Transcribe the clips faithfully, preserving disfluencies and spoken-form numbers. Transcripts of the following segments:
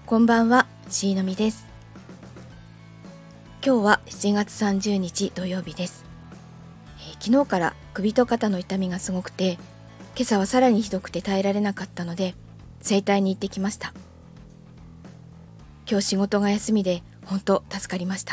こんばんは、しーのみです。今日はしちがつさんじゅうにち土曜日です。えー、昨日から首と肩の痛みがすごくて、今朝はさらにひどくて耐えられなかったので整体に行ってきました。今日仕事が休みで本当助かりました。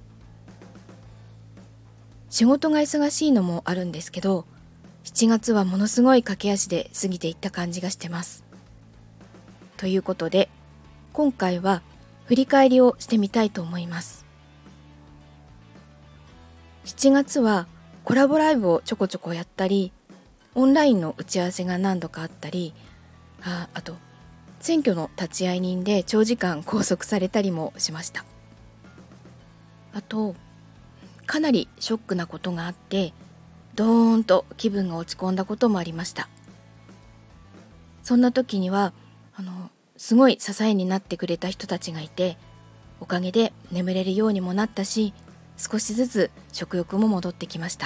仕事が忙しいのもあるんですけど、しちがつはものすごい駆け足で過ぎていった感じがしてます。ということで今回は振り返りをしてみたいと思います。しちがつはコラボライブをちょこちょこやったり、オンラインの打ち合わせが何度かあったり、あ、あと選挙の立会人で長時間拘束されたりもしました。あとかなりショックなことがあって、ドーンと気分が落ち込んだこともありました。そんな時にはあのすごい支えになってくれた人たちがいて、おかげで眠れるようにもなったし、少しずつ食欲も戻ってきました。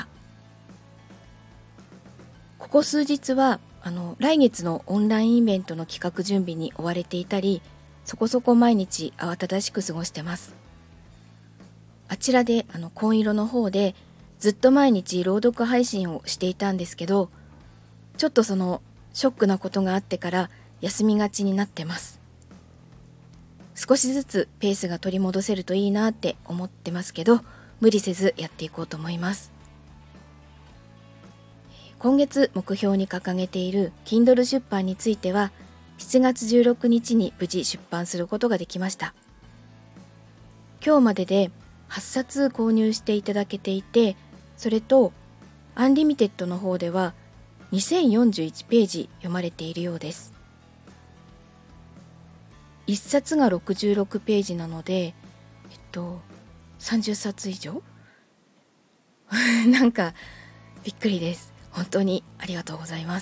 ここ数日はあの来月のオンラインイベントの企画準備に追われていたり、そこそこ毎日慌ただしく過ごしてます。あちらであの紺色の方でずっと毎日朗読配信をしていたんですけど、ちょっとそのショックなことがあってから休みがちになってます。少しずつペースが取り戻せるといいなって思ってますけど、無理せずやっていこうと思います。今月目標に掲げている Kindle 出版についてはしちがつじゅうろくにちに無事出版することができました。今日までではっさつ購入していただけていて、それとアンリミテッドの方ではにせんよんじゅういちページ読まれているようです。いっさつがろくじゅうろくページなので、えっとさんじゅっさつ以上なんかびっくりです。本当にありがとうございます。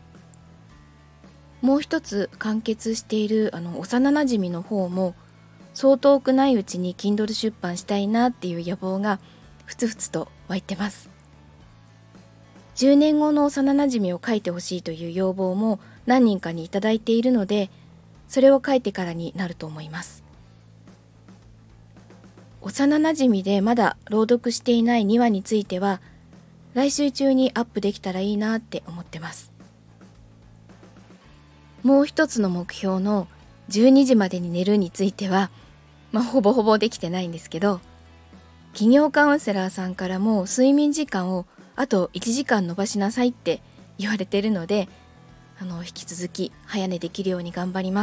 もう一つ完結しているあの幼なじみの方も、そう遠くないうちに Kindle 出版したいなっていう野望がふつふつと湧いてます。じゅうねんごの幼なじみを書いてほしいという要望も何人かにいただいているので、それを書いてからになると思います。幼なじみでまだ朗読していないにわについては来週中にアップできたらいいなって思ってます。もう一つの目標のじゅうにじまでに寝るについては、まあ、ほぼほぼできてないんですけど、企業カウンセラーさんからも睡眠時間をあといちじかん延ばしなさいって言われてるので、あの引き続き早寝できるように頑張ります。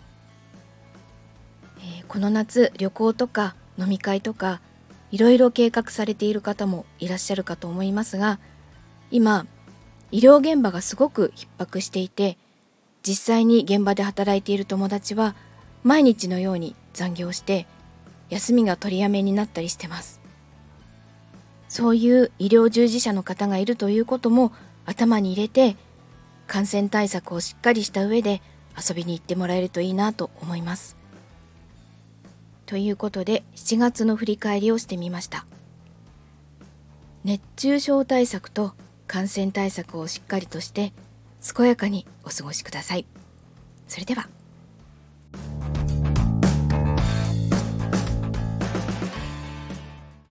えー、この夏旅行とか飲み会とかいろいろ計画されている方もいらっしゃるかと思いますが、今医療現場がすごく逼迫していて、実際に現場で働いている友達は毎日のように残業して休みが取りやめになったりしてます。そういう医療従事者の方がいるということも頭に入れて、感染対策をしっかりした上で遊びに行ってもらえるといいなと思います。ということでしちがつの振り返りをしてみました。熱中症対策と感染対策をしっかりとして健やかにお過ごしください。それでは。